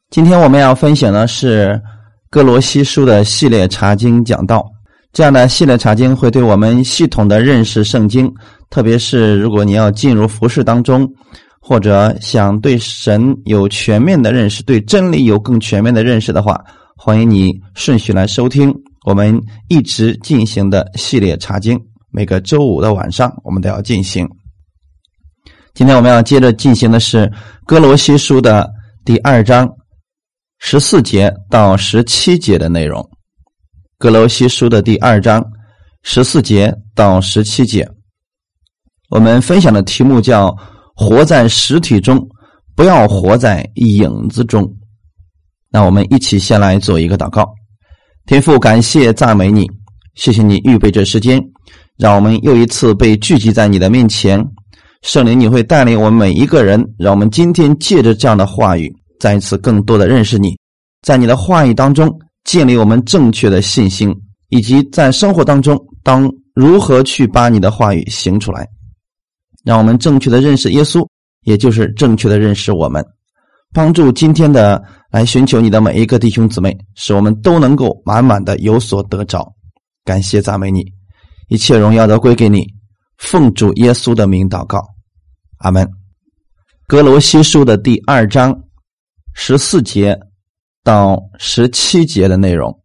今天我们要分享的是哥罗西书的系列查经讲道。这样的系列查经会对我们系统的认识圣经，特别是如果你要进入服事当中，或者想对神有全面的认识，对真理有更全面的认识的话，欢迎你顺序来收听我们一直进行的系列查经。每个周五的晚上我们都要进行。今天我们要接着进行的是哥罗西书的第2章14节到17节的内容。哥罗西书的第2章14节到17节，我们分享的题目叫活在实体中，不要活在影子中。那我们一起先来做一个祷告。天父，感谢赞美你，谢谢你预备这时间，让我们又一次被聚集在你的面前。圣灵，你会带领我们每一个人，让我们今天借着这样的话语再一次更多的认识你，在你的话语当中建立我们正确的信心，以及在生活当中当如何去把你的话语行出来，让我们正确的认识耶稣，也就是正确的认识我们。帮助今天的来寻求你的每一个弟兄姊妹，使我们都能够满满的有所得着。感谢赞美你，一切荣耀都归给你，奉主耶稣的名祷告，阿们。哥罗西书的第2章14节到17节的内容，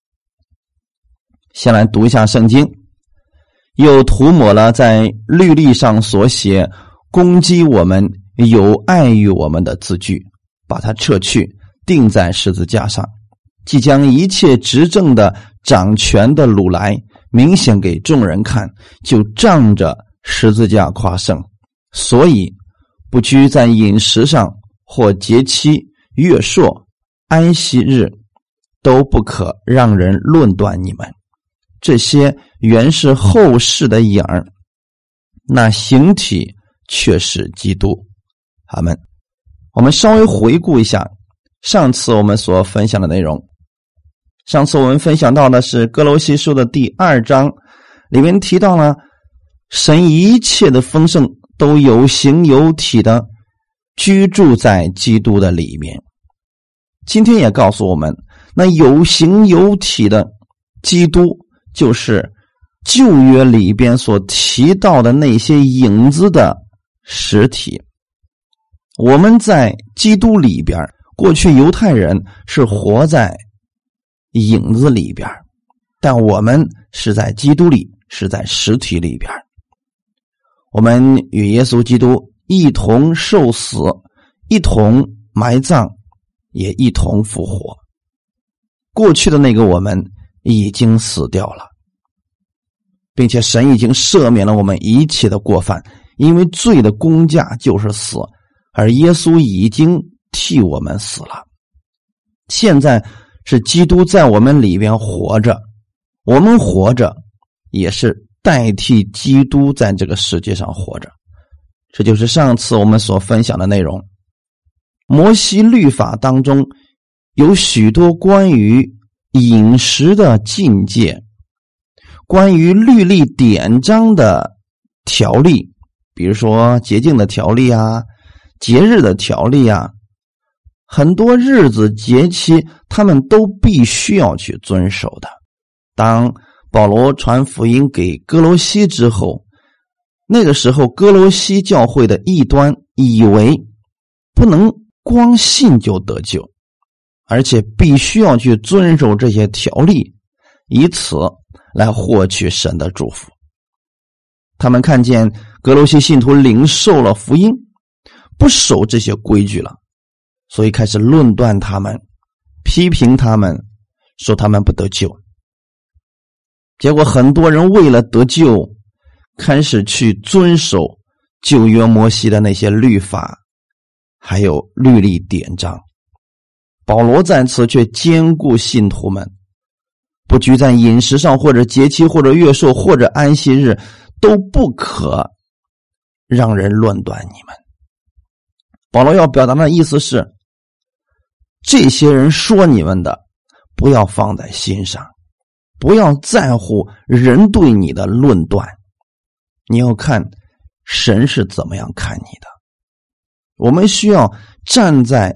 先来读一下圣经。又涂抹了在律例上所写攻击我们有碍于我们的字句，把它撤去，钉在十字架上，即将一切执政的掌权的掳来，明显给众人看，就仗着十字架夸胜。所以不拘在饮食上或节期、月朔、安息日，都不可让人论断你们。这些原是后世的影儿，那形体却是基督。阿们。我们稍微回顾一下上次我们所分享的内容。上次我们分享到的是哥罗西书的第2章，里面提到了神一切的丰盛都有形有体的居住在基督的里面。今天也告诉我们，那有形有体的基督就是旧约里边所提到的那些影子的实体。我们在基督里边，过去犹太人是活在影子里边，但我们是在基督里，是在实体里边。我们与耶稣基督一同受死，一同埋葬，也一同复活。过去的那个我们已经死掉了，并且神已经赦免了我们一切的过犯，因为罪的工价就是死，而耶稣已经替我们死了。现在是基督在我们里边活着，我们活着也是代替基督在这个世界上活着。这就是上次我们所分享的内容。摩西律法当中有许多关于饮食的禁戒，关于律例典章的条例，比如说洁净的条例啊，节日的条例啊，很多日子节期他们都必须要去遵守的。当保罗传福音给哥罗西之后，那个时候哥罗西教会的异端以为不能光信就得救，而且必须要去遵守这些条例，以此来获取神的祝福。他们看见哥罗西信徒领受了福音，不守这些规矩了，所以开始论断他们，批评他们，说他们不得救。结果很多人为了得救，开始去遵守旧约摩西的那些律法，还有律例典章。保罗在此却兼顾信徒们，不拘在饮食上，或者节期，或者月朔，或者安息日，都不可让人论断你们。保罗要表达的意思是，这些人说你们的，不要放在心上，不要在乎人对你的论断，你要看神是怎么样看你的。我们需要站在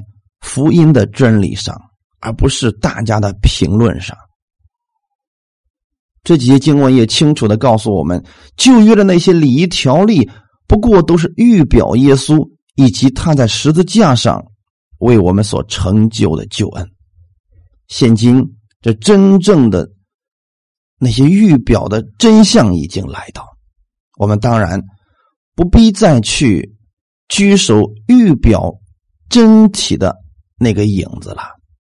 福音的真理上，而不是大家的评论上。这几节经文也清楚地告诉我们，旧约的那些礼仪条例不过都是预表耶稣以及他在十字架上为我们所成就的救恩。现今这真正的那些预表的真相已经来到，我们当然不必再去居守预表真体的那个影子了。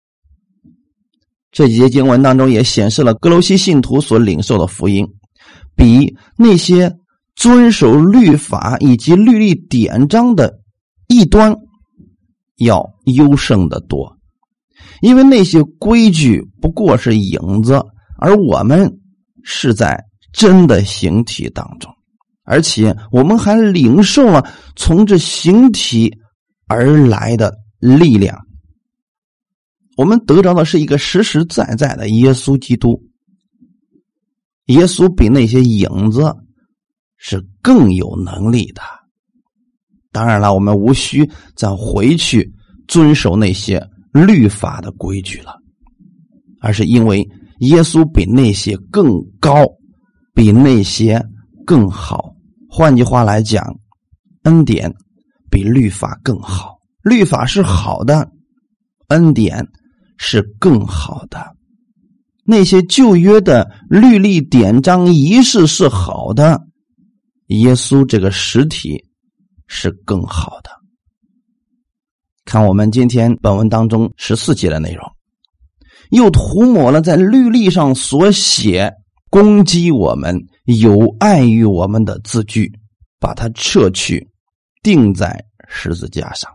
这几节经文当中也显示了哥罗西信徒所领受的福音，比那些遵守律法以及律例典章的异端要优胜得多。因为那些规矩不过是影子，而我们是在真的形体当中，而且我们还领受了从这形体而来的力量。我们得着的是一个实实在在的耶稣基督。耶稣比那些影子是更有能力的。当然了，我们无需再回去遵守那些律法的规矩了，而是因为耶稣比那些更高，比那些更好。换句话来讲，恩典比律法更好。律法是好的，恩典是更好的。那些旧约的律例典章仪式是好的，耶稣这个实体是更好的。看我们今天本文当中14节的内容，又涂抹了在律例上所写攻击我们有碍于我们的字句，把它撤去，钉在十字架上。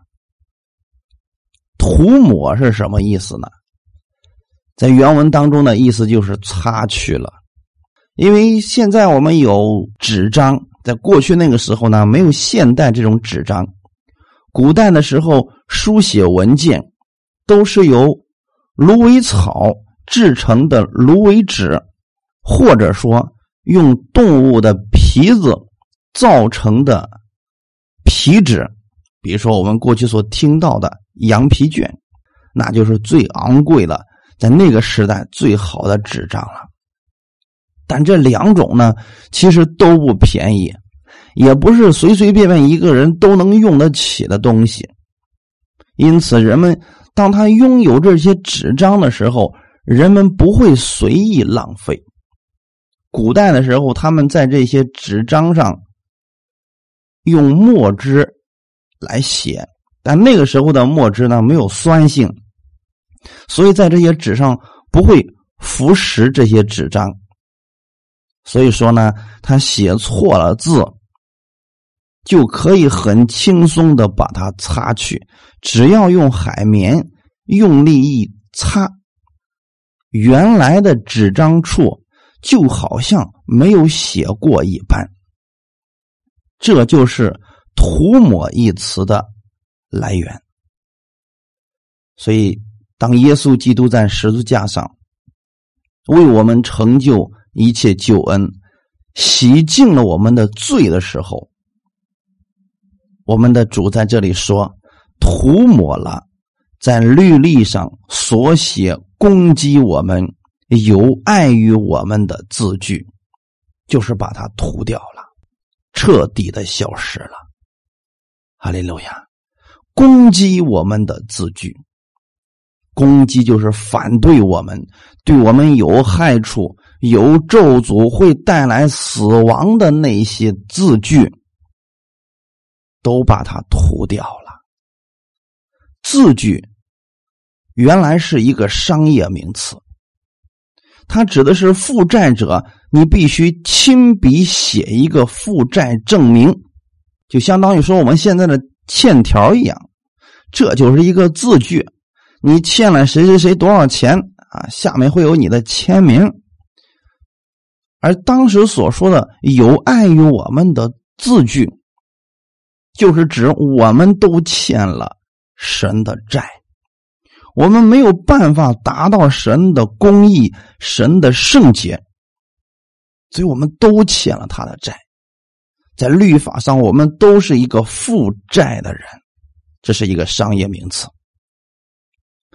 涂抹是什么意思呢？在原文当中的意思就是擦去了。因为现在我们有纸张，在过去那个时候呢，没有现代这种纸张。古代的时候书写文件都是由芦苇草制成的芦苇纸，或者说用动物的皮子造成的皮纸，比如说我们过去所听到的羊皮卷，那就是最昂贵的，在那个时代最好的纸张了。但这两种呢，其实都不便宜，也不是随随便便一个人都能用得起的东西。因此人们当他拥有这些纸张的时候，人们不会随意浪费。古代的时候，他们在这些纸张上用墨汁来写，但那个时候的墨汁呢，没有酸性，所以在这些纸上不会腐蚀这些纸张。所以说呢，他写错了字就可以很轻松的把它擦去，只要用海绵用力一擦，原来的纸张处就好像没有写过一般。这就是涂抹一词的来源。所以当耶稣基督在十字架上为我们成就一切救恩，洗净了我们的罪的时候，我们的主在这里说，涂抹了在律例上所写攻击我们有碍于我们的字句，就是把它涂掉了，彻底的消失了。哈利路亚！攻击我们的字句，攻击就是反对我们，对我们有害处、有咒诅、会带来死亡的那些字句，都把它涂掉了。字句原来是一个商业名词，它指的是负债者你必须亲笔写一个负债证明，就相当于说我们现在的欠条一样，这就是一个字据，你欠了谁谁谁多少钱啊，下面会有你的签名。而当时所说的有碍于我们的字据，就是指我们都欠了神的债，我们没有办法达到神的公义、神的圣洁，所以我们都欠了他的债。在律法上我们都是一个负债的人，这是一个商业名词。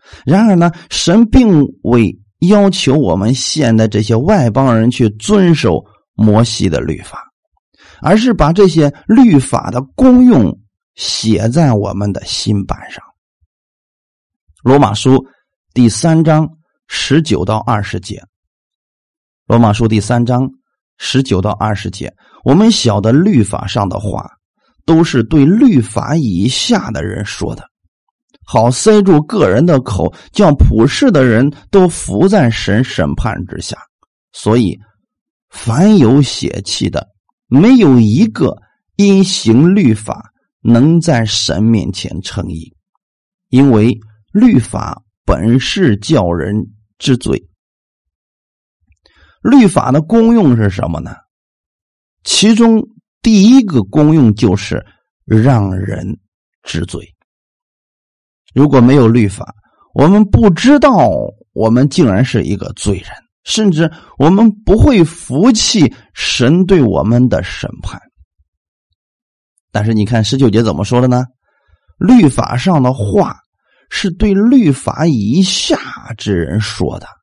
然而呢，神并未要求我们现在这些外邦人去遵守摩西的律法，而是把这些律法的功用写在我们的心版上。罗马书第3章19到20节，罗马书第3章19到20节，我们晓得律法上的话都是对律法以下的人说的，好塞住个人的口，叫普世的人都伏在神审判之下。所以凡有血气的，没有一个因行律法能在神面前称义，因为律法本是叫人知罪。律法的功用是什么呢？其中第一个功用就是让人知罪。如果没有律法，我们不知道我们竟然是一个罪人，甚至我们不会服气神对我们的审判。但是你看19节怎么说的呢？律法上的话是对律法以下之人说的。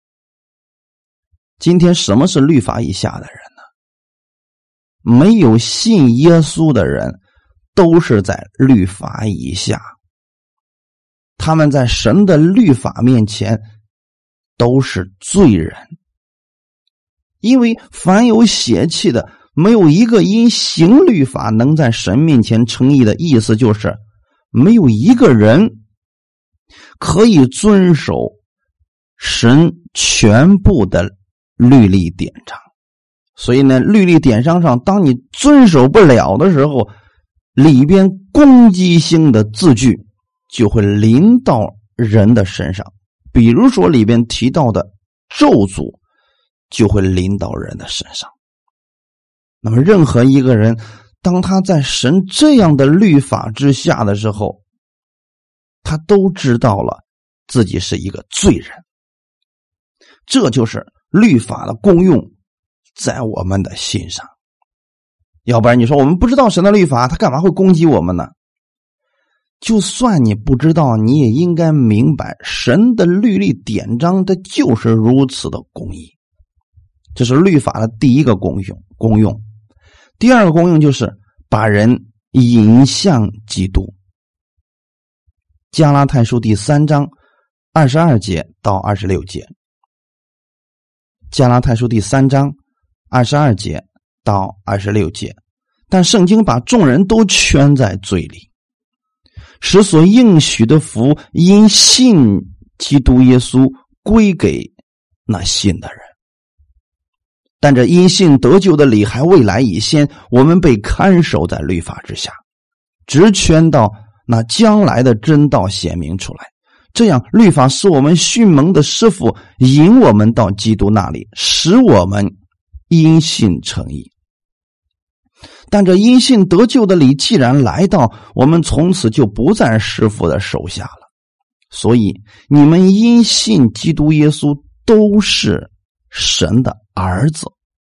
今天什么是律法以下的人呢？没有信耶稣的人都是在律法以下，他们在神的律法面前都是罪人。因为凡有血气的，没有一个因行律法能在神面前称义的，意思就是没有一个人可以遵守神全部的律例典章。所以呢，律例典章上当你遵守不了的时候，里边攻击性的字句就会临到人的身上。比如说里边提到的咒诅就会临到人的身上。那么任何一个人当他在神这样的律法之下的时候，他都知道了自己是一个罪人。这就是律法的功用在我们的心上。要不然你说我们不知道神的律法，他干嘛会攻击我们呢？就算你不知道，你也应该明白神的律例典章它就是如此的公义。这是律法的第一个功用。第二个功用就是把人引向基督。加拉太书第3章22节到26节，加拉太书第3章22节到26节，但圣经把众人都圈在罪里，使所应许的福因信基督耶稣归给那信的人。但这因信得救的理还未来以先，我们被看守在律法之下，直圈到那将来的真道显明出来。这样律法是我们训蒙的师傅，引我们到基督那里，使我们因信称义。但这因信得救的理既然来到，我们从此就不在师傅的手下了。所以你们因信基督耶稣都是神的儿子。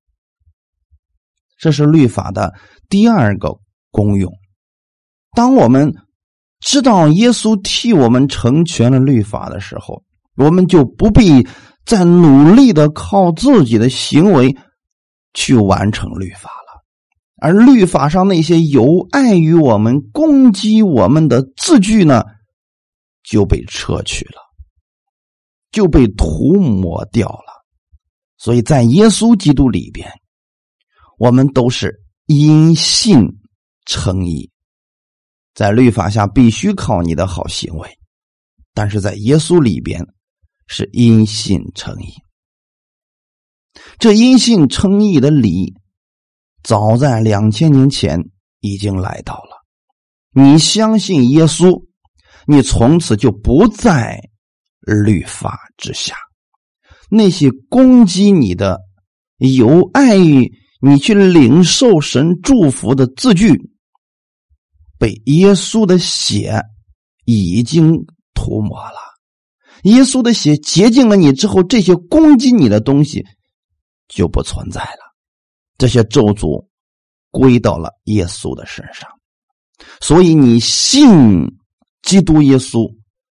这是律法的第二个功用。当我们知道耶稣替我们成全了律法的时候，我们就不必再努力的靠自己的行为去完成律法了。而律法上那些有碍于我们、攻击我们的字句呢，就被撤去了，就被涂抹掉了。所以在耶稣基督里边，我们都是因信称义。在律法下必须靠你的好行为，但是在耶稣里边是因信称义。这因信称义的理早在2000年前已经来到了。你相信耶稣，你从此就不在律法之下。那些攻击你的、有碍于你去领受神祝福的字句，被耶稣的血已经涂抹了。耶稣的血洁净了你之后，这些攻击你的东西就不存在了。这些咒诅归到了耶稣的身上。所以你信基督耶稣，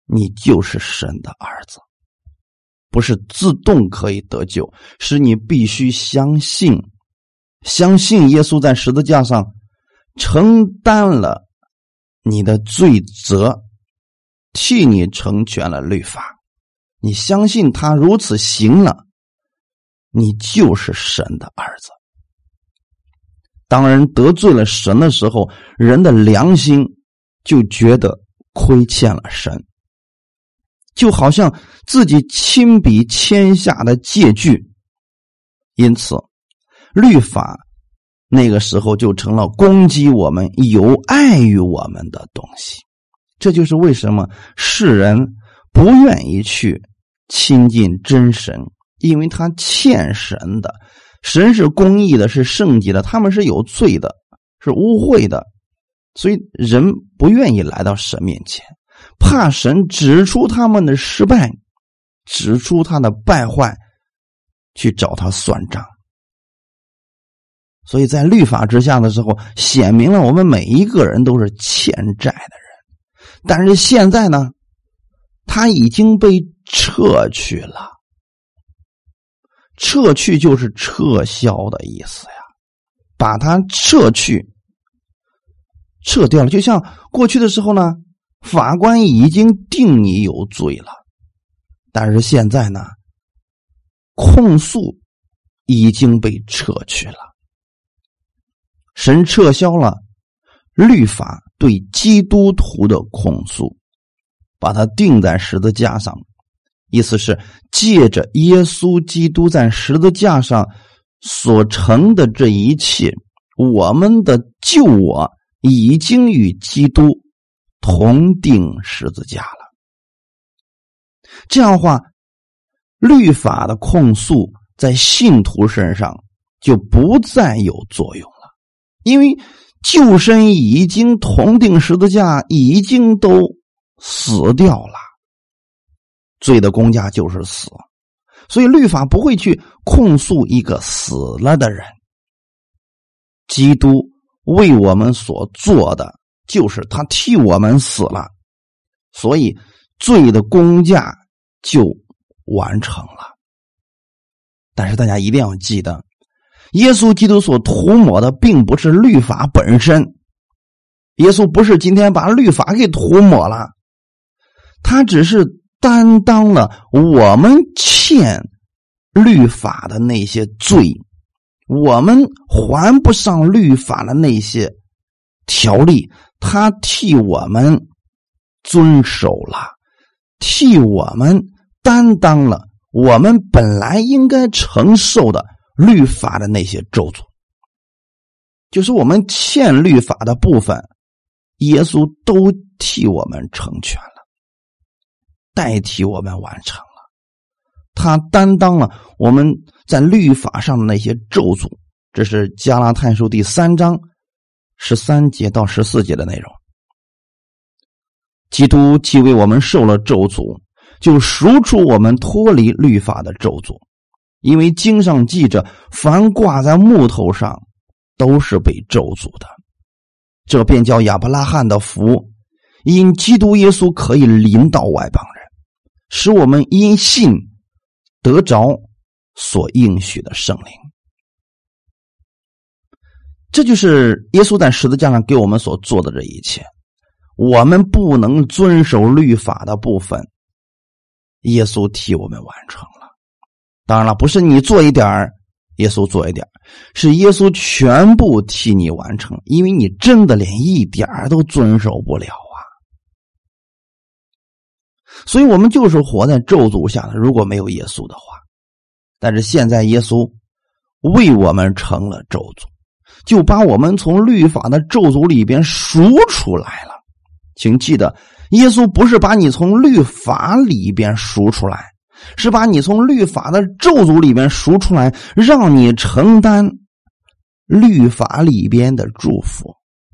你就是神的儿子。不是自动可以得救，是你必须相信耶稣在十字架上承担了你的罪责，替你成全了律法。你相信他如此行了，你就是神的儿子。当人得罪了神的时候，人的良心就觉得亏欠了神，就好像自己亲笔签下的借据。因此律法那个时候就成了攻击我们、有碍于我们的东西。这就是为什么世人不愿意去亲近真神，因为他欠神的。神是公义的，是圣洁的，他们是有罪的，是污秽的，所以人不愿意来到神面前，怕神指出他们的失败，指出他的败坏，去找他算账。所以在律法之下的时候，显明了我们每一个人都是欠债的人。但是现在呢，他已经被撤去了。撤去就是撤销的意思呀，把它撤去，撤掉了。就像过去的时候呢，法官已经定你有罪了，但是现在呢，控诉已经被撤去了。神撤销了律法对基督徒的控诉，把它钉在十字架上，意思是借着耶稣基督在十字架上所成的这一切，我们的救我已经与基督同钉十字架了。这样的话，律法的控诉在信徒身上就不再有作用了，因为救身已经同钉十字架，已经都死掉了。罪的工价就是死，所以律法不会去控诉一个死了的人。基督为我们所做的就是他替我们死了，所以罪的工价就完成了。但是大家一定要记得，耶稣基督所涂抹的并不是律法本身，耶稣不是今天把律法给涂抹了，他只是担当了我们欠律法的那些罪，我们还不上律法的那些条例，他替我们遵守了，替我们担当了我们本来应该承受的律法的那些咒诅。就是我们欠律法的部分，耶稣都替我们成全了，代替我们完成了。他担当了我们在律法上的那些咒诅。这是加拉太书第3章13节到14节的内容。基督既为我们受了咒诅，就赎出我们脱离律法的咒诅。因为经上记着，凡挂在木头上都是被咒诅的。这便叫亚伯拉罕的福，因基督耶稣可以临到外邦人，使我们因信得着所应许的圣灵。这就是耶稣在十字架上给我们所做的这一切。我们不能遵守律法的部分，耶稣替我们完成了。当然了，不是你做一点耶稣做一点，是耶稣全部替你完成，因为你真的连一点都遵守不了啊。所以我们就是活在咒诅下的，如果没有耶稣的话。但是现在耶稣为我们成了咒诅，就把我们从律法的咒诅里边赎出来了。请记得，耶稣不是把你从律法里边赎出来，是把你从律法的咒诅里边赎出来，让你承担律法里边的祝福。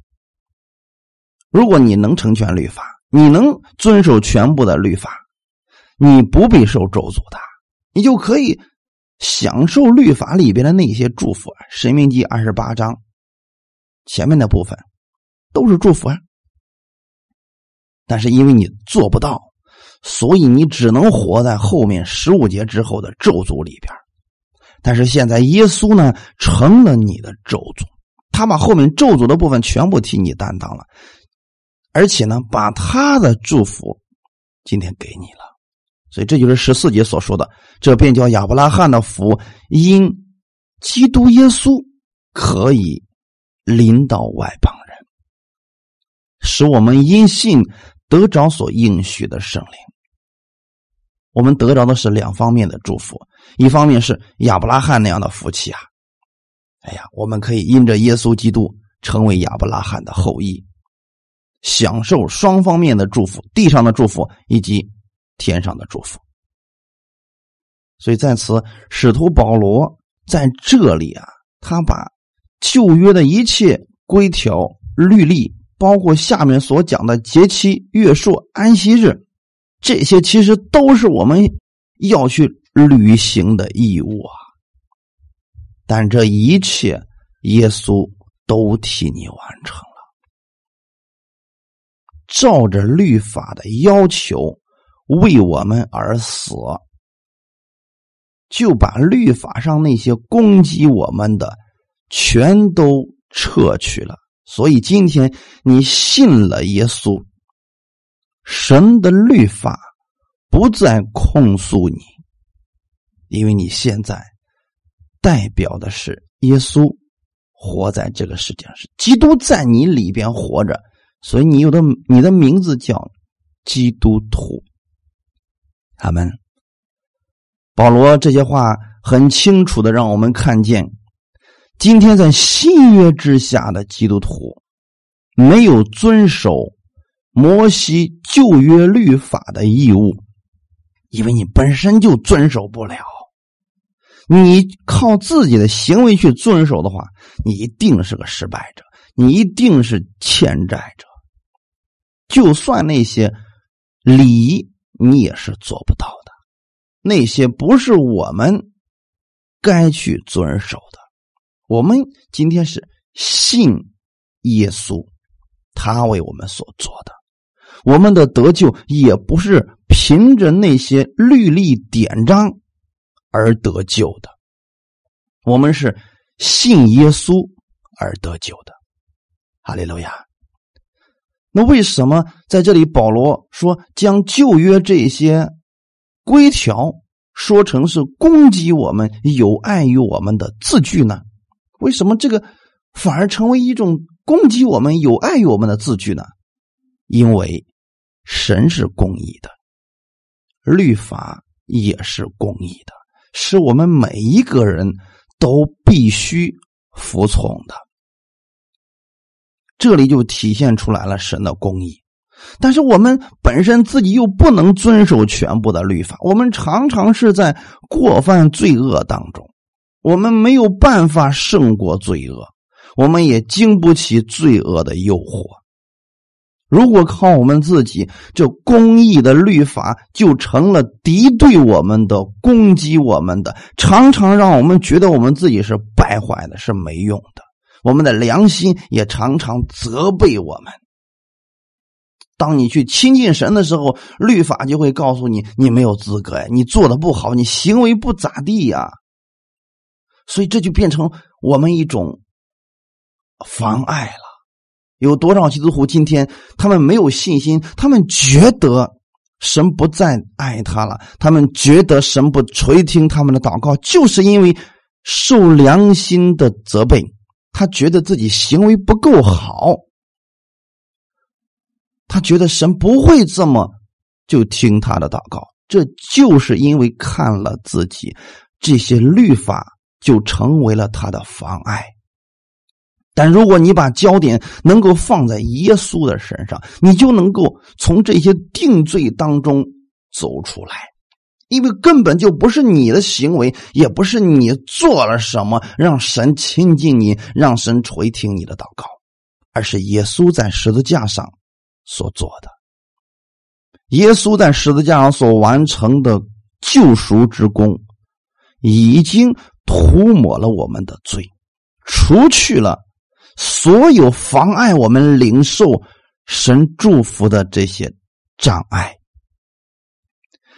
如果你能成全律法，你能遵守全部的律法，你不必受咒诅的，你就可以享受律法里边的那些祝福。申命记28章前面的部分都是祝福啊。但是因为你做不到， 所以你只能活在后面15节之后的咒诅里边。但是现在耶稣呢，成了你的咒诅，他把后面咒诅的部分全部替你担当了，而且呢，把他的祝福今天给你了。所以这就是14节所说的，这便叫亚伯拉罕的福，因基督耶稣可以临到外邦人，使我们因信得着所应许的圣灵。我们得着的是2方面的祝福，一方面是亚伯拉罕那样的福气啊，我们可以因着耶稣基督成为亚伯拉罕的后裔，享受双方面的祝福，地上的祝福以及天上的祝福。所以在此使徒保罗在这里啊，他把旧约的一切规条律例，包括下面所讲的节期、月数、安息日，这些其实都是我们要去履行的义务啊。但这一切耶稣都替你完成了，照着律法的要求为我们而死，就把律法上那些攻击我们的全都撤去了。所以今天你信了耶稣，神的律法不再控诉你，因为你现在代表的是耶稣活在这个世界上，是基督在你里边活着，所以你的名字叫基督徒。阿们。保罗这些话很清楚的让我们看见，今天在新约之下的基督徒没有遵守摩西旧约律法的义务，因为你本身就遵守不了。你靠自己的行为去遵守的话，你一定是个失败者，你一定是欠债者。就算那些礼仪你也是做不到的，那些不是我们该去遵守的。我们今天是信耶稣，他为我们所做的，我们的得救也不是凭着那些律例典章而得救的，我们是信耶稣而得救的。哈利路亚。那为什么在这里保罗说将旧约这些规条说成是攻击我们、有碍于我们的字句呢？为什么这个反而成为一种攻击我们、有碍于我们的字句呢？因为神是公义的，律法也是公义的，是我们每一个人都必须服从的。这里就体现出来了神的公义。但是我们本身自己又不能遵守全部的律法，我们常常是在过犯罪恶当中，我们没有办法胜过罪恶，我们也经不起罪恶的诱惑。如果靠我们自己，这公义的律法就成了敌对我们的、攻击我们的，常常让我们觉得我们自己是败坏的，是没用的。我们的良心也常常责备我们。当你去亲近神的时候，律法就会告诉你，你没有资格呀，你做的不好，你行为不咋地呀。所以这就变成我们一种妨碍了。有多少基督徒今天他们没有信心，他们觉得神不再爱他了，他们觉得神不垂听他们的祷告，就是因为受良心的责备，他觉得自己行为不够好，他觉得神不会这么就听他的祷告，这就是因为看了自己这些律法就成为了他的妨碍。但如果你把焦点能够放在耶稣的身上，你就能够从这些定罪当中走出来，因为根本就不是你的行为，也不是你做了什么让神亲近你，让神垂听你的祷告，而是耶稣在十字架上所做的。耶稣在十字架上所完成的救赎之功，已经涂抹了我们的罪，除去了所有妨碍我们领受神祝福的这些障碍。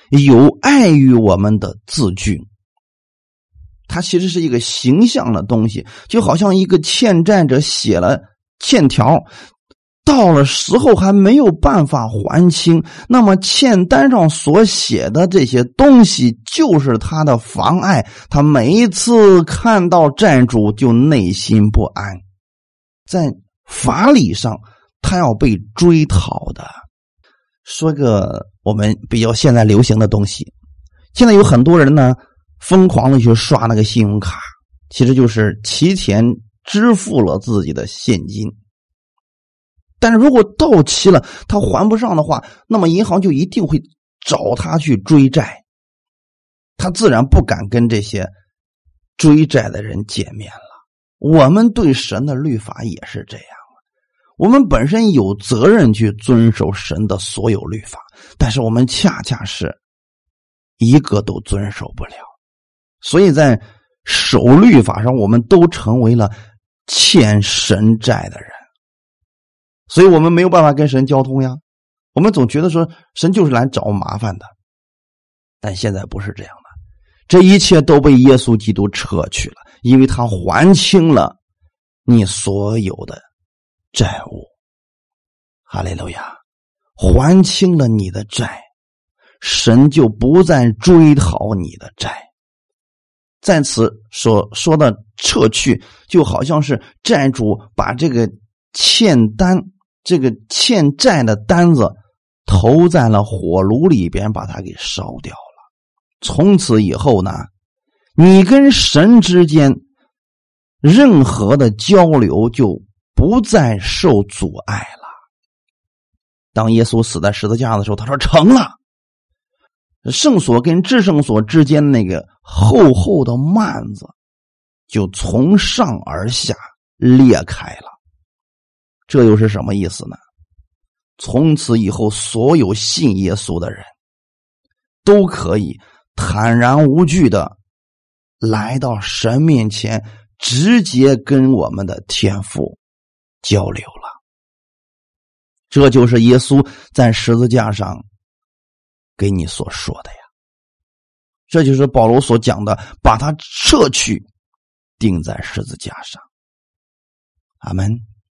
有碍于我们的字句。它其实是一个形象的东西，就好像一个欠债者写了欠条，到了时候还没有办法还清，那么欠单上所写的这些东西就是他的妨碍，他每一次看到债主就内心不安，在法理上他要被追讨的。说个我们比较现在流行的东西，现在有很多人呢疯狂的去刷那个信用卡，其实就是提前支付了自己的现金，但是如果到期了他还不上的话，那么银行就一定会找他去追债，他自然不敢跟这些追债的人见面了。我们对神的律法也是这样，我们本身有责任去遵守神的所有律法，但是我们恰恰是一个都遵守不了，所以在守律法上我们都成为了欠神债的人，所以我们没有办法跟神交通呀。我们总觉得说神就是来找麻烦的，但现在不是这样的，这一切都被耶稣基督撤去了，因为他还清了你所有的债务。哈利路亚，还清了你的债，神就不再追讨你的债。在此说的撤去，就好像是债主把这个欠债的单子投在了火炉里边，把它给烧掉了。从此以后呢，你跟神之间任何的交流就不再受阻碍了。当耶稣死在十字架上的时候，他说成了，圣所跟至圣所之间那个厚厚的幔子就从上而下裂开了。这又是什么意思呢？从此以后所有信耶稣的人都可以坦然无惧的来到神面前，直接跟我们的天父交流了。这就是耶稣在十字架上给你所说的呀，这就是保罗所讲的，把它撤去，钉在十字架上。阿们。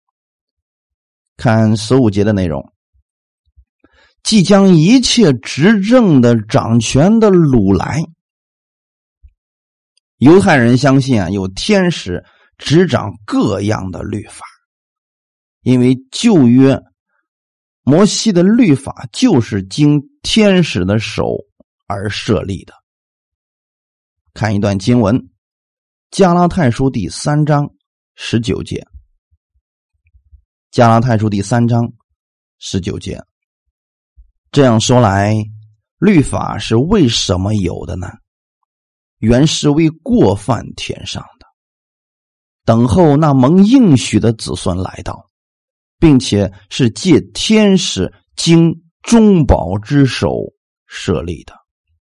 看15节的内容，即将一切执政的掌权的掳来。犹太人相信有天使执掌各样的律法，因为旧约摩西的律法就是经天使的手而设立的。看一段经文，加拉太书第3章19节。加拉太书第3章19节，这样说来，律法是为什么有的呢？原是为过犯填上的，等候那蒙应许的子孙来到，并且是借天使经中保之手设立的。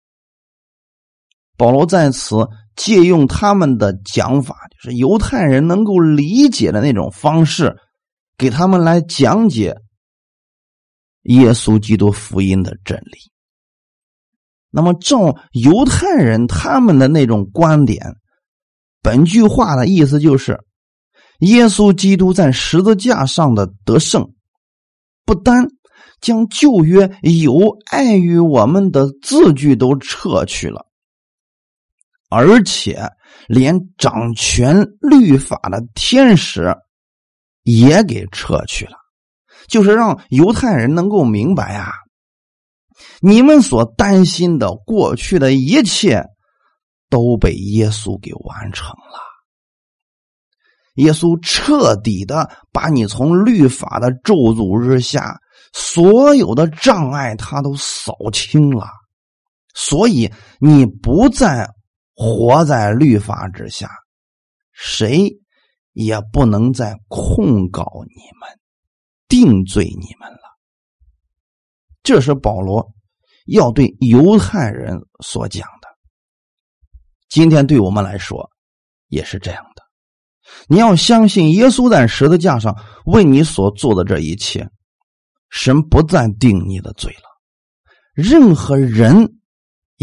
保罗在此借用他们的讲法，就是犹太人能够理解的那种方式，给他们来讲解耶稣基督福音的真理。那么照犹太人他们的那种观点，本句话的意思就是耶稣基督在十字架上的得胜，不单将旧约有碍于我们的字句都撤去了，而且连掌权律法的天使也给撤去了，就是让犹太人能够明白你们所担心的过去的一切都被耶稣给完成了。耶稣彻底的把你从律法的咒诅之下所有的障碍他都扫清了，所以你不再活在律法之下，谁也不能再控告你们，定罪你们了。这是保罗要对犹太人所讲的，今天对我们来说也是这样的。你要相信耶稣在十字架上为你所做的这一切，神不再定你的罪了。任何人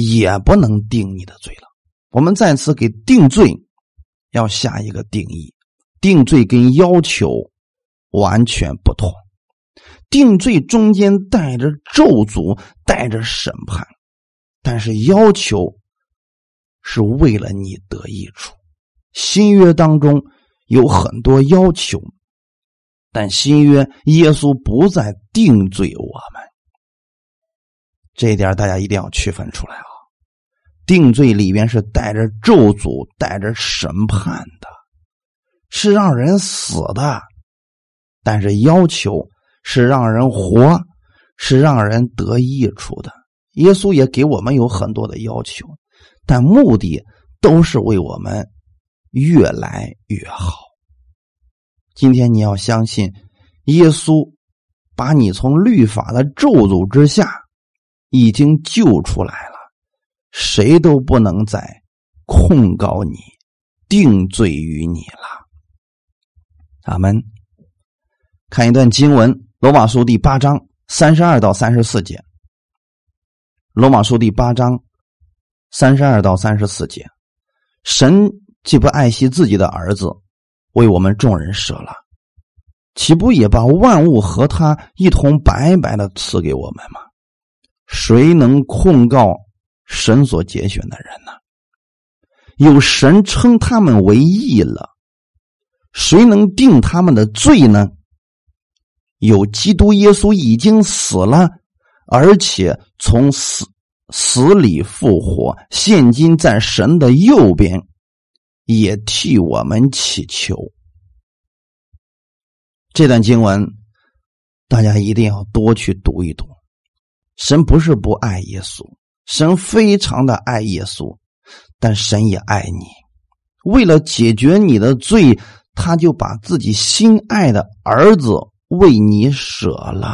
也不能定你的罪了。我们再次给定罪要下一个定义，定罪跟要求完全不同。定罪中间带着咒诅，带着审判，但是要求是为了你得益处。新约当中有很多要求，但新约耶稣不再定罪我们，这一点大家一定要区分出来啊！定罪里边是带着咒诅，带着审判的，是让人死的，但是要求是让人活，是让人得益处的。耶稣也给我们有很多的要求，但目的都是为我们越来越好。今天你要相信，耶稣把你从律法的咒诅之下已经救出来了，谁都不能再控告你，定罪于你了。阿们。看一段经文，罗马书第8章32到34节。罗马书第8章32到34节，神既不爱惜自己的儿子，为我们众人舍了，岂不也把万物和他一同白白的赐给我们吗？谁能控告神所拣选的人呢？有神称他们为义了，谁能定他们的罪呢？有基督耶稣已经死了，而且从死里复活，现今在神的右边，也替我们祈求。这段经文大家一定要多去读一读。神不是不爱耶稣，神非常的爱耶稣，但神也爱你。为了解决你的罪，他就把自己心爱的儿子为你舍了，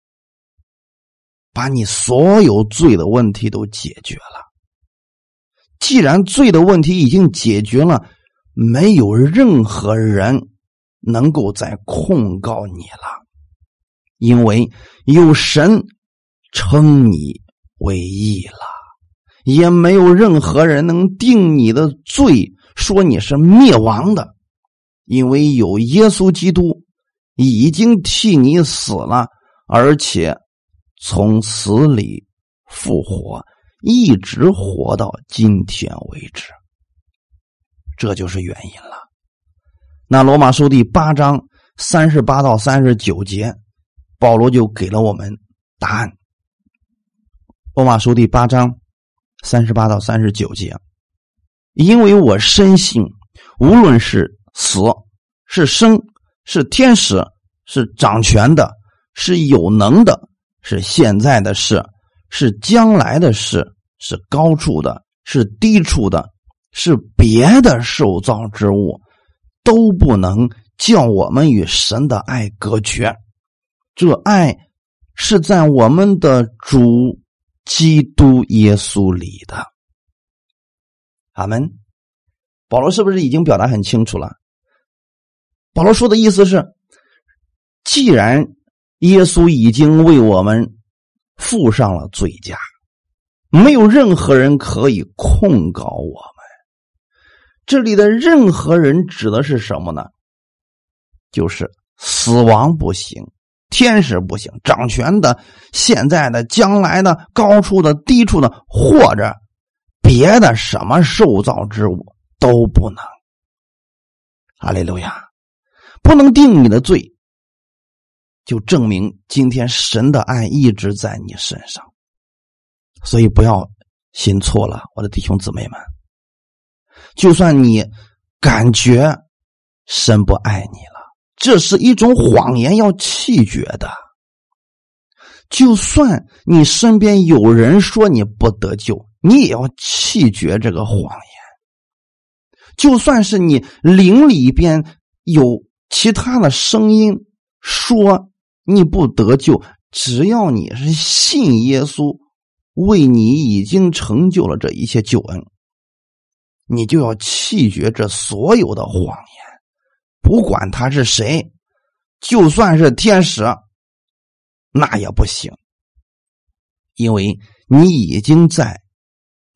把你所有罪的问题都解决了。既然罪的问题已经解决了，没有任何人能够再控告你了，因为有神称你为义了，也没有任何人能定你的罪，说你是灭亡的，因为有耶稣基督已经替你死了，而且从死里复活，一直活到今天为止。这就是原因了。那罗马书第8章38到39节，保罗就给了我们答案。罗马书第8章38到39节，因为我深信，无论是死，是生，是天使，是掌权的，是有能的，是现在的事，是将来的事，是高处的，是低处的，是别的受造之物，都不能叫我们与神的爱隔绝。这爱是在我们的主基督耶稣里的。阿们。保罗是不是已经表达很清楚了？保罗说的意思是，既然耶稣已经为我们付上了罪价，没有任何人可以控告我们。这里的任何人指的是什么呢？就是死亡不行，天使不行，掌权的，现在的，将来的，高处的，低处的，或者别的什么受造之物都不能。哈利路亚！不能定你的罪，就证明今天神的爱一直在你身上。所以不要信错了，我的弟兄姊妹们。就算你感觉神不爱你了，这是一种谎言，要弃绝的。就算你身边有人说你不得救，你也要弃绝这个谎言。就算是你灵里边有其他的声音说你不得救，只要你是信耶稣为你已经成就了这一切救恩，你就要弃绝这所有的谎言。不管他是谁，就算是天使，那也不行，因为你已经在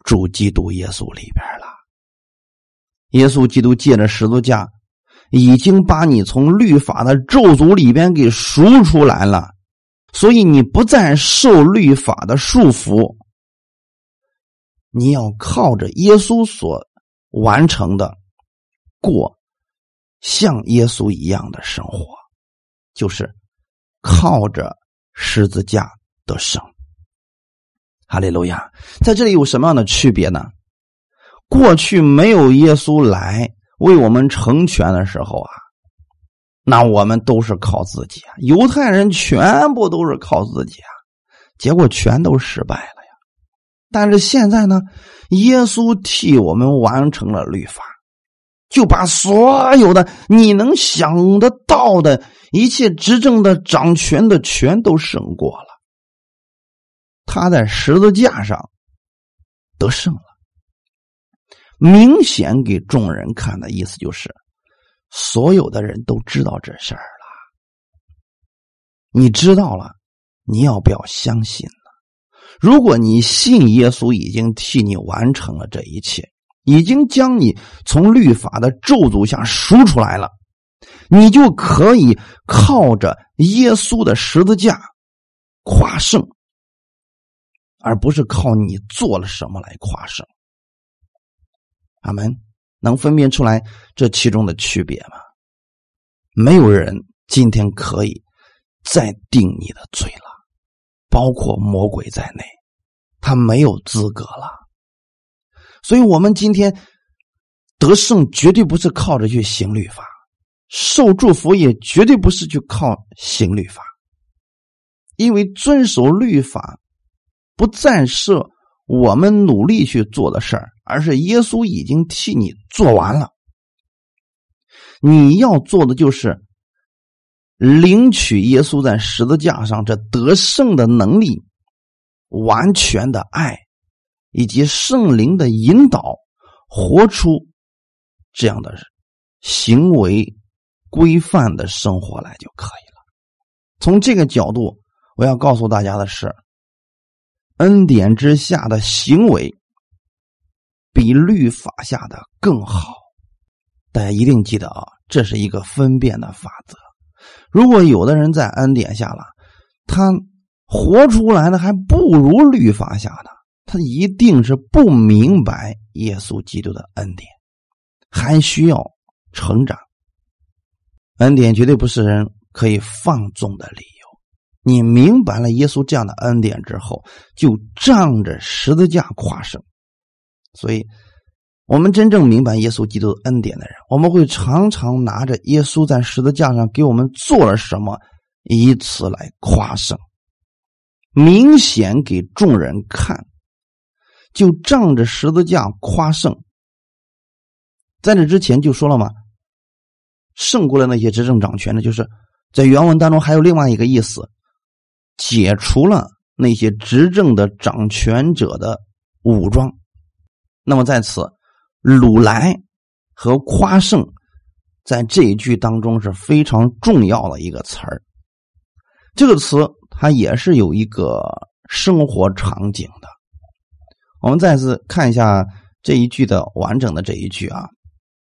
主基督耶稣里边了。耶稣基督借着十字架已经把你从律法的咒诅里边给赎出来了，所以你不再受律法的束缚，你要靠着耶稣所完成的过像耶稣一样的生活，就是靠着十字架得胜。哈利路亚！在这里有什么样的区别呢？过去没有耶稣来为我们成全的时候啊，那我们都是靠自己啊，犹太人全部都是靠自己啊，结果全都失败了呀。但是现在呢，耶稣替我们完成了律法，就把所有的你能想得到的一切执政的掌权的全都胜过了。他在十字架上得胜了，明显给众人看的意思就是所有的人都知道这事儿了。你知道了，你要不要相信呢？如果你信耶稣已经替你完成了这一切，已经将你从律法的咒诅下赎出来了，你就可以靠着耶稣的十字架夸胜，而不是靠你做了什么来夸胜。阿们，能分辨出来这其中的区别吗？没有人今天可以再定你的罪了，包括魔鬼在内，他没有资格了。所以我们今天得胜绝对不是靠着去行律法，受祝福也绝对不是去靠行律法，因为遵守律法不再是我们努力去做的事儿，而是耶稣已经替你做完了。你要做的就是领取耶稣在十字架上这得胜的能力，完全的爱以及圣灵的引导，活出这样的行为规范的生活来就可以了。从这个角度，我要告诉大家的是，恩典之下的行为比律法下的更好。大家一定记得啊，这是一个分辨的法则。如果有的人在恩典下了，他活出来的还不如律法下的，他一定是不明白耶稣基督的恩典，还需要成长。恩典绝对不是人可以放纵的理由。你明白了耶稣这样的恩典之后，就仗着十字架夸胜。所以我们真正明白耶稣基督的恩典的人，我们会常常拿着耶稣在十字架上给我们做了什么，以此来夸胜，明显给众人看，就仗着十字架夸胜。在这之前就说了嘛，胜过了那些执政掌权的，就是在原文当中还有另外一个意思，解除了那些执政的掌权者的武装。那么在此掳来和夸胜在这一句当中是非常重要的一个词儿。这个词它也是有一个生活场景的。我们再次看一下这一句的完整的这一句啊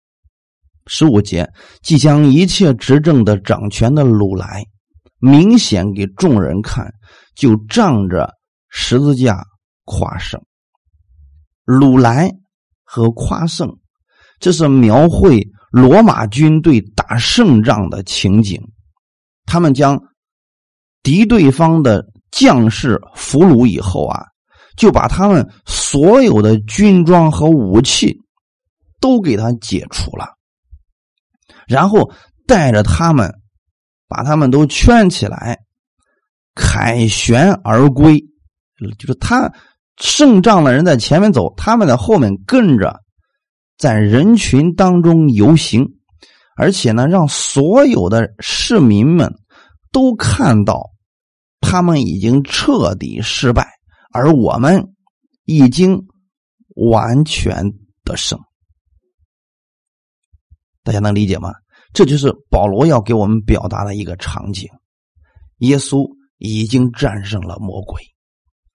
，15节，即将一切执政的掌权的掳来，明显给众人看，就仗着十字架夸胜。掳来和夸胜，这是描绘罗马军队打胜仗的情景。他们将敌对方的将士俘虏以后啊，就把他们所有的军装和武器都给他解除了，然后带着他们把他们都圈起来，凯旋而归。就是他胜仗的人在前面走，他们在后面跟着，在人群当中游行，而且呢，让所有的市民们都看到他们已经彻底失败，而我们已经完全得胜。大家能理解吗？这就是保罗要给我们表达的一个场景。耶稣已经战胜了魔鬼，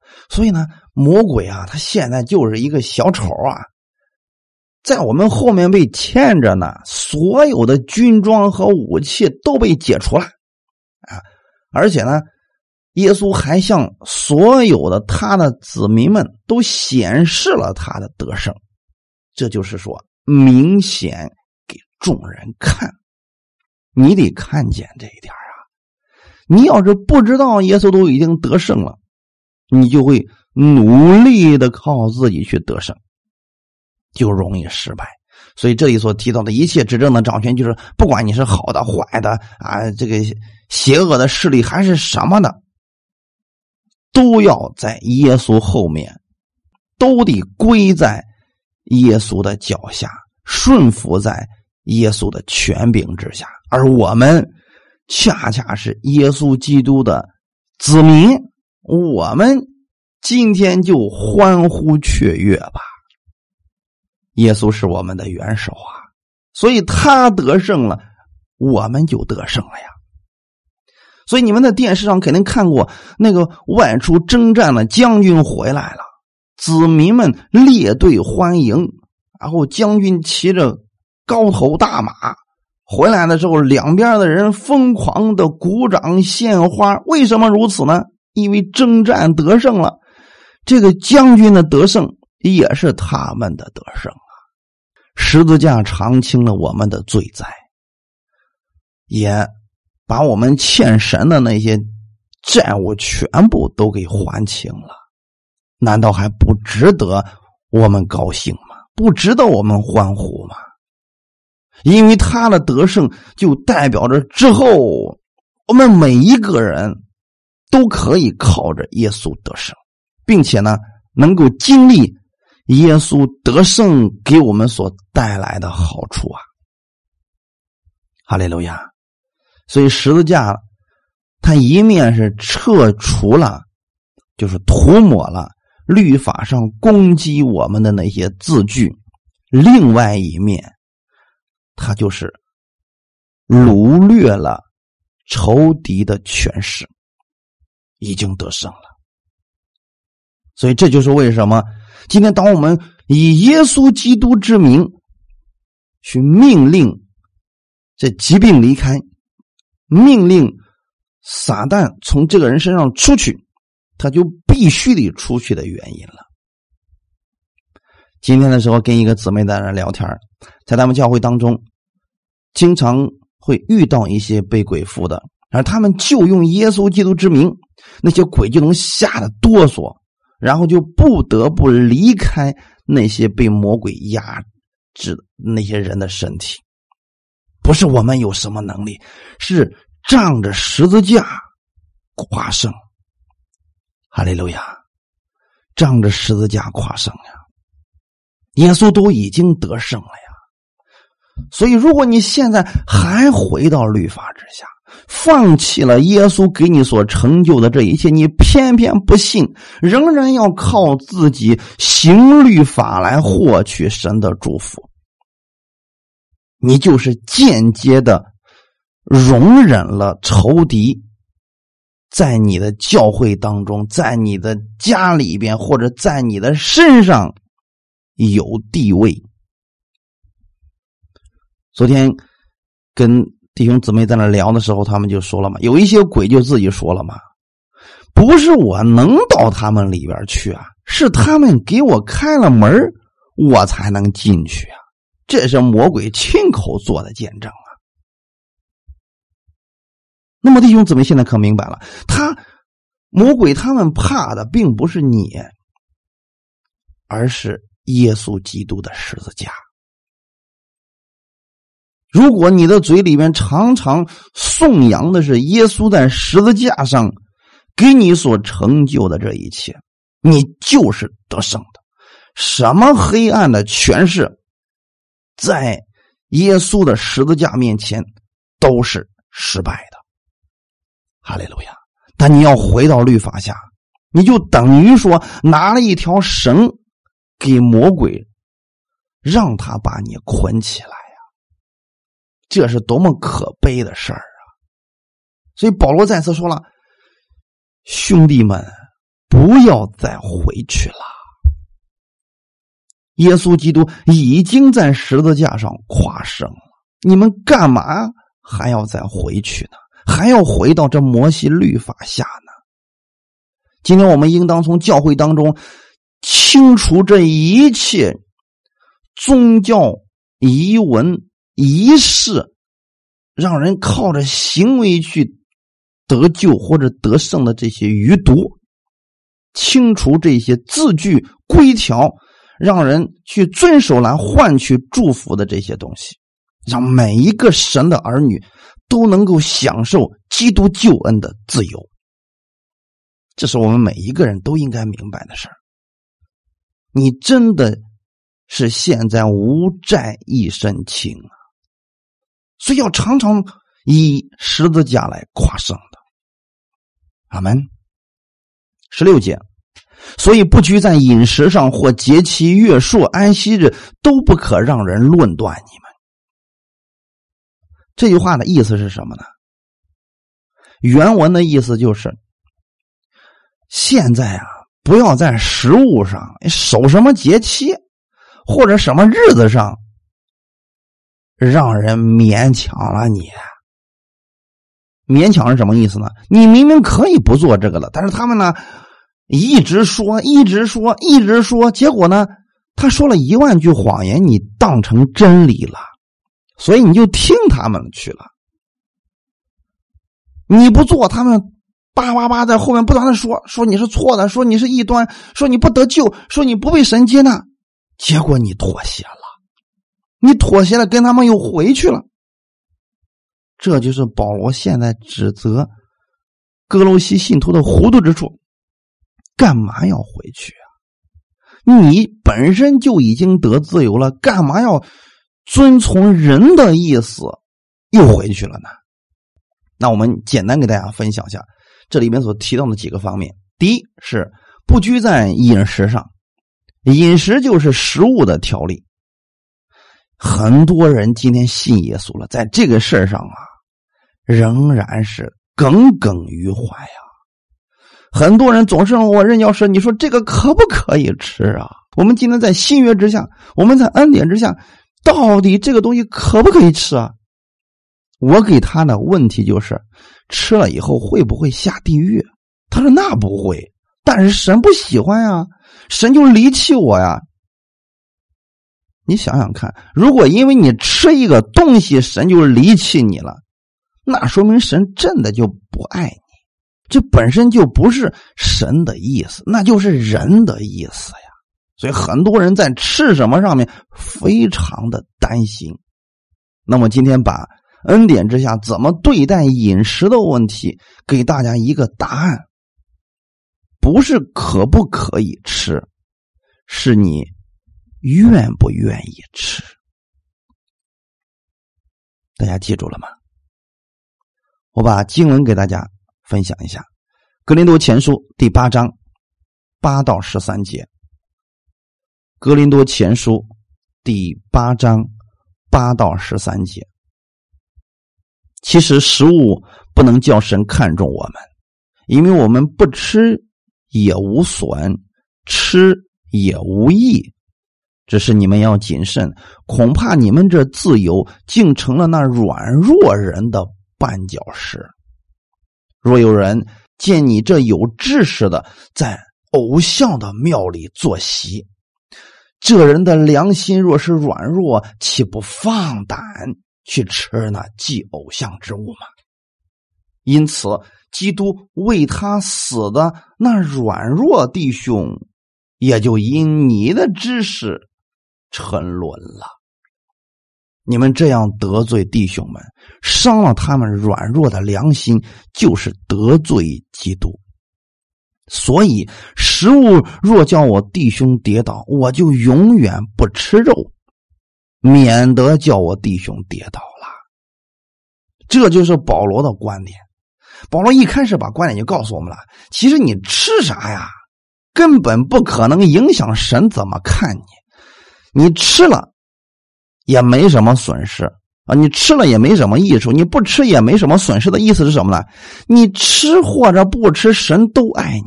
所以呢，魔鬼啊，他现在就是一个小丑啊，在我们后面被牵着呢，所有的军装和武器都被解除了啊！而且呢，耶稣还向所有的他的子民们都显示了他的得胜，这就是说明显给众人看。你得看见这一点啊！你要是不知道耶稣都已经得胜了，你就会努力的靠自己去得胜，就容易失败。所以这里所提到的一切执政的掌权，就是不管你是好的坏的啊，这个邪恶的势力还是什么的，都要在耶稣后面，都得归在耶稣的脚下，顺服在耶稣的权柄之下。而我们恰恰是耶稣基督的子民，我们今天就欢呼雀跃吧。耶稣是我们的元首啊，所以他得胜了，我们就得胜了呀。所以你们在电视上肯定看过那个外出征战的将军回来了，子民们列队欢迎，然后将军骑着高头大马回来的时候，两边的人疯狂的鼓掌献花。为什么如此呢？因为征战得胜了，这个将军的得胜也是他们的得胜啊。十字架偿清了我们的罪灾，也把我们欠神的那些债务全部都给还清了。难道还不值得我们高兴吗？不值得我们欢呼吗？因为他的得胜就代表着之后我们每一个人都可以靠着耶稣得胜，并且呢能够经历耶稣得胜给我们所带来的好处啊！哈利路亚！所以十字架它一面是撤除了，就是涂抹了律法上攻击我们的那些字句，另外一面他就是掳掠了仇敌的权势，已经得胜了。所以这就是为什么今天当我们以耶稣基督之名去命令这疾病离开，命令撒旦从这个人身上出去，他就必须得出去的原因了。今天的时候跟一个姊妹在那聊天，在他们教会当中经常会遇到一些被鬼附的，而他们就用耶稣基督之名，那些鬼就能吓得哆嗦，然后就不得不离开那些被魔鬼压制那些人的身体。不是我们有什么能力，是仗着十字架夸胜。哈利路亚！仗着十字架夸胜呀！耶稣都已经得胜了呀！所以如果你现在还回到律法之下，放弃了耶稣给你所成就的这一切，你偏偏不信，仍然要靠自己行律法来获取神的祝福，你就是间接的容忍了仇敌在你的教会当中，在你的家里边，或者在你的身上有地位。昨天跟弟兄姊妹在那聊的时候，他们就说了嘛，有一些鬼就自己说了嘛，不是我能到他们里边去啊，是他们给我开了门我才能进去啊，这是魔鬼亲口做的见证啊。那么弟兄姊妹现在可明白了，魔鬼他们怕的并不是你，而是耶稣基督的十字架。如果你的嘴里面常常颂扬的是耶稣在十字架上给你所成就的这一切，你就是得胜的。什么黑暗的权势在耶稣的十字架面前都是失败的。哈利路亚！但你要回到律法下，你就等于说拿了一条绳给魔鬼，让他把你捆起来呀！这是多么可悲的事儿啊！所以保罗再次说了，兄弟们， 不要再回去了。耶稣基督已经在十字架上夸胜了，你们干嘛还要再回去呢？还要回到这摩西律法下呢？今天我们应当从教会当中清除这一切宗教仪文仪式，让人靠着行为去得救或者得胜的这些余毒，清除这些字句规条，让人去遵守来换取祝福的这些东西，让每一个神的儿女都能够享受基督救恩的自由。这是我们每一个人都应该明白的事儿。你真的是现在无债一身轻啊，所以要常常以十字架来夸胜的。阿们。16节，所以不拘在饮食上或节期月数安息日，都不可让人论断你们。这句话的意思是什么呢？原文的意思就是现在啊，不要在食物上守什么节期或者什么日子上让人勉强了你。勉强是什么意思呢？你明明可以不做这个了，但是他们呢一直说，结果呢他说了10000句谎言，你当成真理了，所以你就听他们去了。你不做，他们叭在后面不断的说你是错的，说你是异端，说你不得救，说你不被神接纳，结果你妥协了，跟他们又回去了。这就是保罗现在指责哥罗西信徒的糊涂之处。干嘛要回去啊？你本身就已经得自由了，干嘛要遵从人的意思又回去了呢？那我们简单给大家分享一下这里面所提到的几个方面。第一是不拘在饮食上，饮食就是食物的条例。很多人今天信耶稣了，在这个事上啊仍然是耿耿于怀啊。很多人总是问我，任教师，你说这个可不可以吃啊？我们今天在新约之下，我们在恩典之下，到底这个东西可不可以吃啊？我给他的问题就是，吃了以后会不会下地狱？他说那不会，但是神不喜欢呀，神就离弃我呀。你想想看，如果因为你吃一个东西神就离弃你了，那说明神真的就不爱你，这本身就不是神的意思，那就是人的意思呀。所以很多人在吃什么上面非常的担心。那么今天把恩典之下怎么对待饮食的问题给大家一个答案，不是可不可以吃，是你愿不愿意吃。大家记住了吗？我把经文给大家分享一下，哥林多前书第8章8到13节。哥林多前书第8章8到13节。其实食物不能叫神看重我们，因为我们不吃也无损，吃也无益，只是你们要谨慎，恐怕你们这自由竟成了那软弱人的绊脚石。若有人见你这有知识的在偶像的庙里坐席，这人的良心若是软弱，岂不放胆去吃那祭偶像之物吗？因此基督为他死的那软弱弟兄，也就因你的知识沉沦了。你们这样得罪弟兄们，伤了他们软弱的良心，就是得罪基督。所以食物若叫我弟兄跌倒，我就永远不吃肉，免得叫我弟兄跌倒了。这就是保罗的观点。保罗一开始把观点就告诉我们了，其实你吃啥呀根本不可能影响神怎么看你，你吃了也没什么损失啊，你吃了也没什么益处，你不吃也没什么损失的意思是什么呢？你吃或者不吃，神都爱你，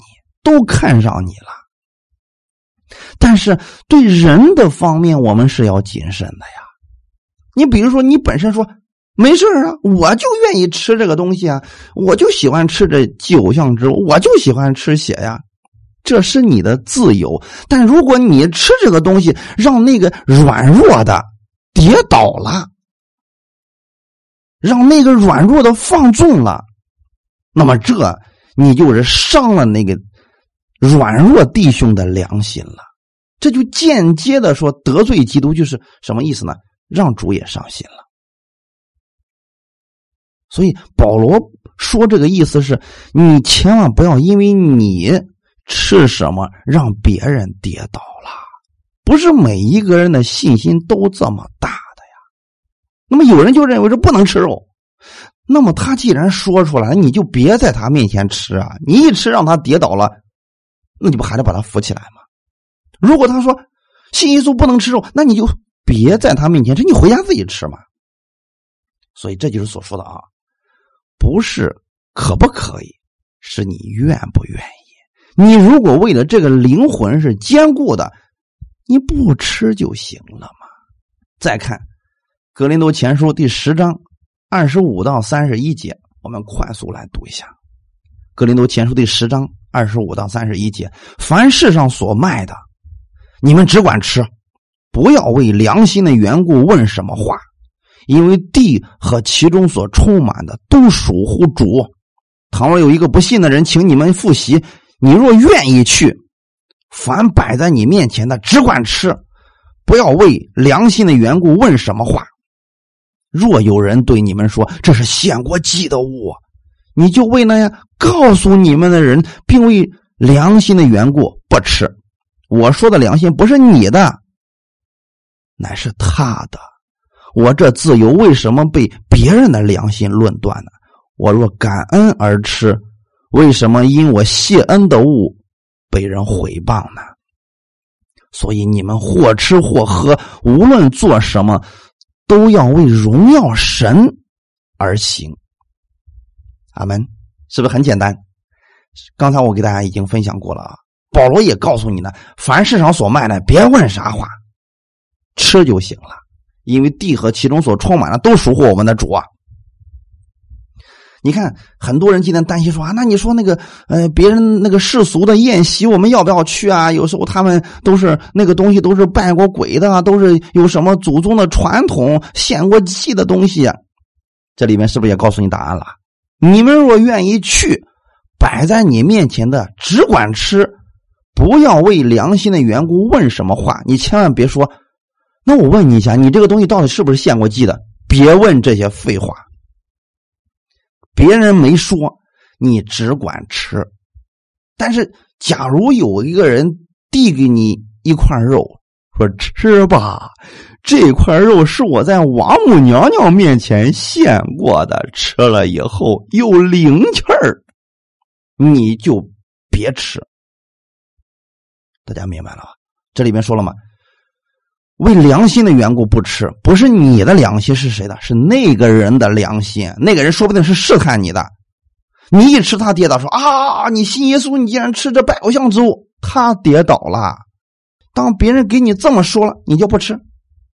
都看上你了。但是对人的方面我们是要谨慎的呀。你比如说你本身说没事啊，我就愿意吃这个东西啊，我就喜欢吃这祭偶像之物，我就喜欢吃血呀，这是你的自由。但如果你吃这个东西让那个软弱的跌倒了，让那个软弱的放纵了，那么这你就是伤了那个软弱弟兄的良心了。这就间接的说得罪基督，就是什么意思呢？让主也伤心了。所以保罗说这个意思是，你千万不要因为你吃什么让别人跌倒了。不是每一个人的信心都这么大的呀。那么有人就认为这不能吃肉，那么他既然说出来，你就别在他面前吃啊！你一吃让他跌倒了，那你不还得把他扶起来吗？如果他说信耶稣不能吃肉，那你就别在他面前吃，你回家自己吃嘛。所以这就是所说的啊，不是可不可以，是你愿不愿意。你如果为了这个灵魂是坚固的，你不吃就行了嘛。再看哥林多前书第10章25到31节，我们快速来读一下。哥林多前书第10章25到31节，凡世上所卖的，你们只管吃，不要为良心的缘故问什么话，因为地和其中所充满的都属乎主。倘若有一个不信的人请你们赴席，你若愿意去，凡摆在你面前的只管吃，不要为良心的缘故问什么话。若有人对你们说这是献过祭的物，你就为那样告诉你们的人，并为良心的缘故不吃。我说的良心不是你的，乃是他的。我这自由为什么被别人的良心论断呢？我若感恩而吃，为什么因我谢恩的物被人毁谤呢？所以你们或吃或喝，无论做什么，都要为荣耀神而行。阿们。是不是很简单？刚才我给大家已经分享过了啊。保罗也告诉你呢，凡世上所卖的，别问啥话，吃就行了，因为地和其中所充满的都属乎我们的主啊。你看很多人今天担心说啊，那你说那个别人那个世俗的宴席我们要不要去啊？有时候他们都是那个东西都是拜过鬼的啊，都是有什么祖宗的传统献过祭的东西啊。这里面是不是也告诉你答案了？你们若愿意去，摆在你面前的只管吃，不要为良心的缘故问什么话。你千万别说，那我问你一下，你这个东西到底是不是献过祭的？别问这些废话。别人没说，你只管吃。但是假如有一个人递给你一块肉，说吃吧，这块肉是我在王母娘娘面前献过的，吃了以后有灵气儿，你就别吃。大家明白了吧？这里面说了吗？为良心的缘故不吃，不是你的良心，是谁的？是那个人的良心。那个人说不定是试探你的，你一吃他跌倒，说啊，你信耶稣，你竟然吃这拜偶像之物，他跌倒了。当别人给你这么说了，你就不吃。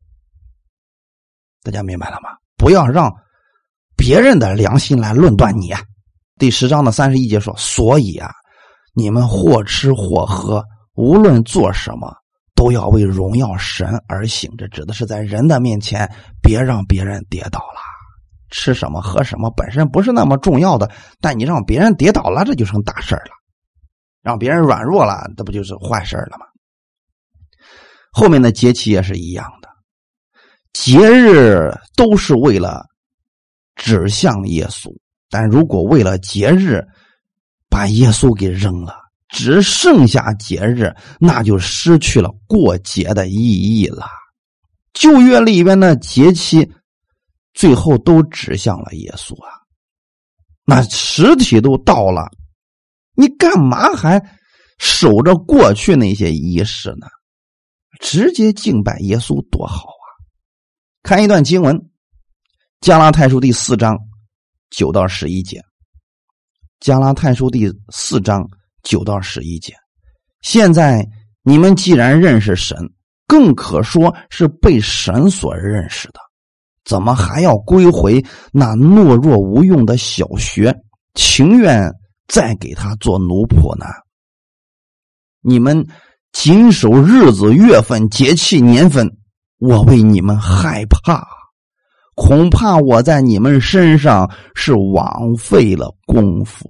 大家明白了吗？不要让别人的良心来论断你啊。第10章的31节说，所以啊，你们或吃或喝，无论做什么，都要为荣耀神而行。这指的是在人的面前别让别人跌倒了。吃什么喝什么本身不是那么重要的，但你让别人跌倒了，这就成大事了。让别人软弱了，这不就是坏事了吗？后面的节期也是一样的，节日都是为了指向耶稣，但如果为了节日把耶稣给扔了，只剩下节日，那就失去了过节的意义了。旧约里边的节期最后都指向了耶稣啊，那实体都到了，你干嘛还守着过去那些仪式呢？直接敬拜耶稣多好啊！看一段经文，加拉太书第4章9到11节。加拉太书第4章 9到11节。现在你们既然认识神，更可说是被神所认识的，怎么还要归回那懦弱无用的小学，情愿再给他做奴仆呢？你们谨守日子、月份、节气、年份，我为你们害怕，恐怕我在你们身上是枉费了功夫。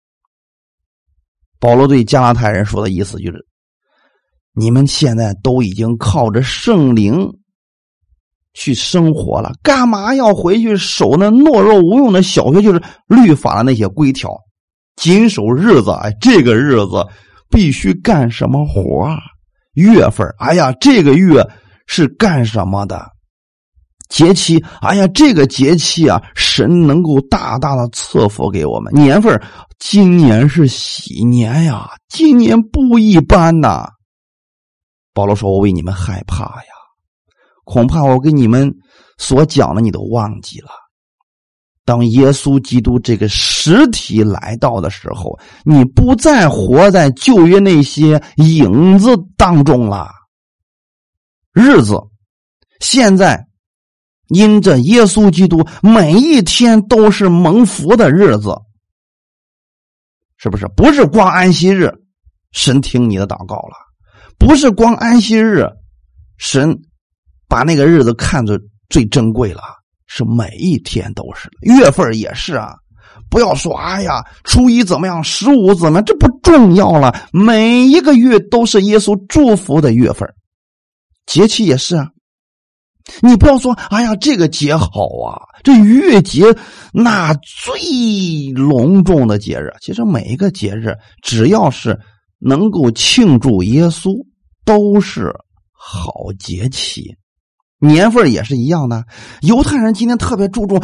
保罗对加拉太人说的意思就是，你们现在都已经靠着圣灵去生活了，干嘛要回去守那懦弱无用的小学，就是律法的那些规条？谨守日子，这个日子必须干什么活啊？月份，这个月是干什么的？节气，这个节气啊，神能够大大的赐福给我们。年份，今年是喜年呀，今年不一般呐。保罗说，我为你们害怕呀，恐怕我跟你们所讲的你都忘记了。当耶稣基督这个实体来到的时候，你不再活在旧约那些影子当中了。日子现在因着耶稣基督，每一天都是蒙福的日子，是不是？不是光安息日神听你的祷告了，不是光安息日神把那个日子看作最珍贵了，是每一天都是。月份也是啊，不要说初一怎么样，15怎么样，这不重要了，每一个月都是耶稣祝福的月份。节气也是啊，你不要说这个节好啊，这逾越节那最隆重的节日。其实每一个节日只要是能够庆祝耶稣都是好节气。年份也是一样的，犹太人今天特别注重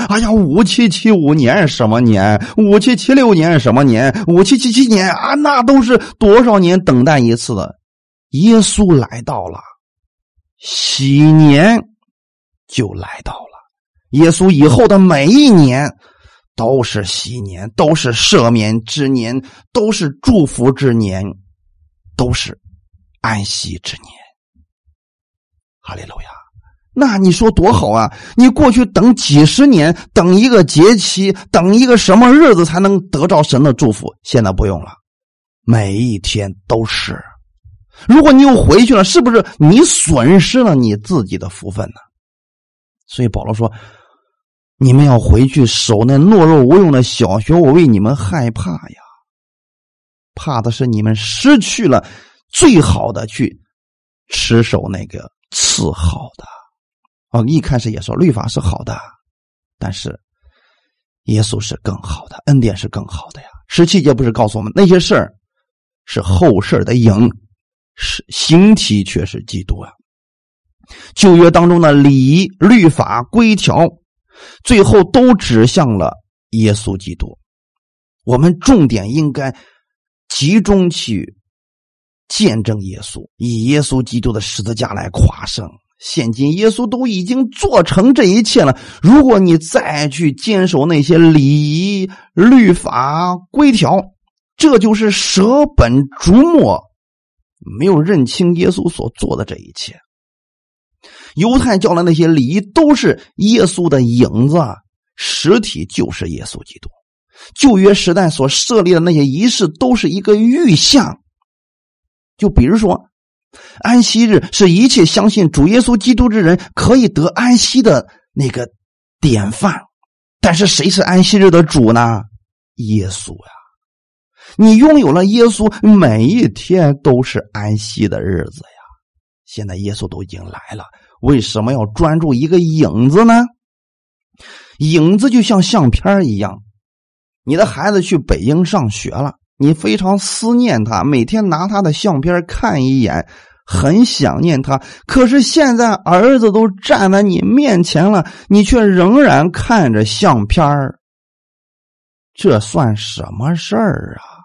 5775年是什么年，5776年是什么年，5777年那都是多少年等待一次的。耶稣来到了，喜年就来到了，耶稣以后的每一年都是喜年，都是赦免之年，都是祝福之年，都是安息之年。哈利路亚！那你说多好啊，你过去等几十年，等一个节期，等一个什么日子才能得到神的祝福，现在不用了，每一天都是。如果你又回去了，是不是你损失了你自己的福分呢？所以保罗说，你们要回去守那懦弱无用的小学，我为你们害怕呀，怕的是你们失去了最好的，去持守那个次好的。一开始也说律法是好的，但是耶稣是更好的，恩典是更好的呀。17节不是告诉我们那些事儿是后事的影，是形体却是基督啊。旧约当中的礼仪、律法、规条，最后都指向了耶稣基督。我们重点应该集中去见证耶稣，以耶稣基督的十字架来夸胜。现今耶稣都已经做成这一切了，如果你再去坚守那些礼仪、律法、规条，这就是舍本逐末，没有认清耶稣所做的这一切。犹太教的那些礼仪都是耶稣的影子，实体就是耶稣基督。旧约时代所设立的那些仪式都是一个预象，就比如说安息日是一切相信主耶稣基督之人可以得安息的那个典范，但是谁是安息日的主呢？耶稣呀！你拥有了耶稣，每一天都是安息的日子呀。现在耶稣都已经来了，为什么要专注一个影子呢？影子就像相片一样，你的孩子去北京上学了，你非常思念他，每天拿他的相片看一眼，很想念他。可是现在儿子都站在你面前了，你却仍然看着相片，这算什么事儿啊？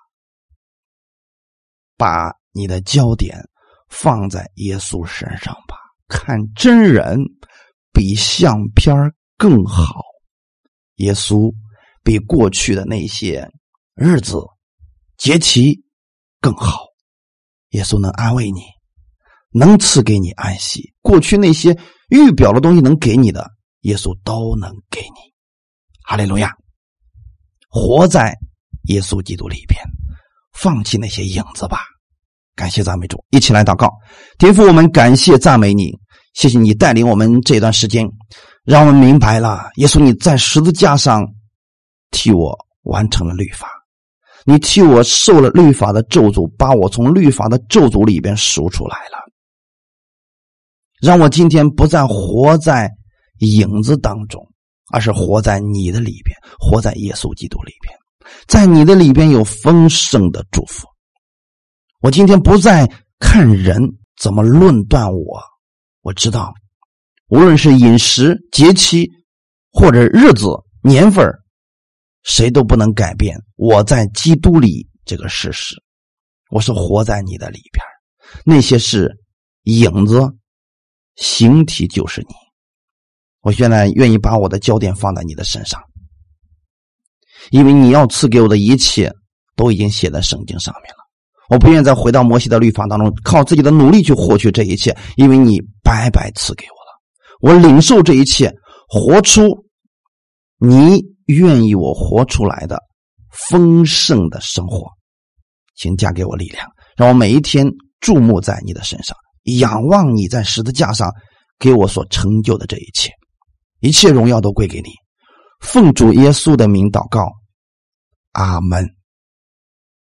把你的焦点放在耶稣身上吧，看真人比相片更好。耶稣比过去的那些日子、节期、 更好。耶稣能安慰你，能赐给你安息，过去那些预表的东西能给你的，耶稣都能给你。哈利路亚！活在耶稣基督里边，放弃那些影子吧。感谢赞美主，一起来祷告。天父，我们感谢赞美你，谢谢你带领我们这段时间，让我们明白了耶稣你在十字架上替我完成了律法，你替我受了律法的咒诅，把我从律法的咒诅里边赎出来了，让我今天不再活在影子当中，而是活在你的里边，活在耶稣基督里边，在你的里边有丰盛的祝福。我今天不再看人怎么论断我，我知道无论是饮食、节期或者日子、年份，谁都不能改变我在基督里这个事实。我是活在你的里边，那些是影子，形体就是你。我现在愿意把我的焦点放在你的身上，因为你要赐给我的一切都已经写在圣经上面了。我不愿再回到摩西的律法当中，靠自己的努力去获取这一切，因为你白白赐给我了。我领受这一切，活出你愿意我活出来的丰盛的生活。请加给我力量，让我每一天注目在你的身上，仰望你在十字架上给我所成就的这一切，一切荣耀都归给你。奉主耶稣的名祷告，阿们。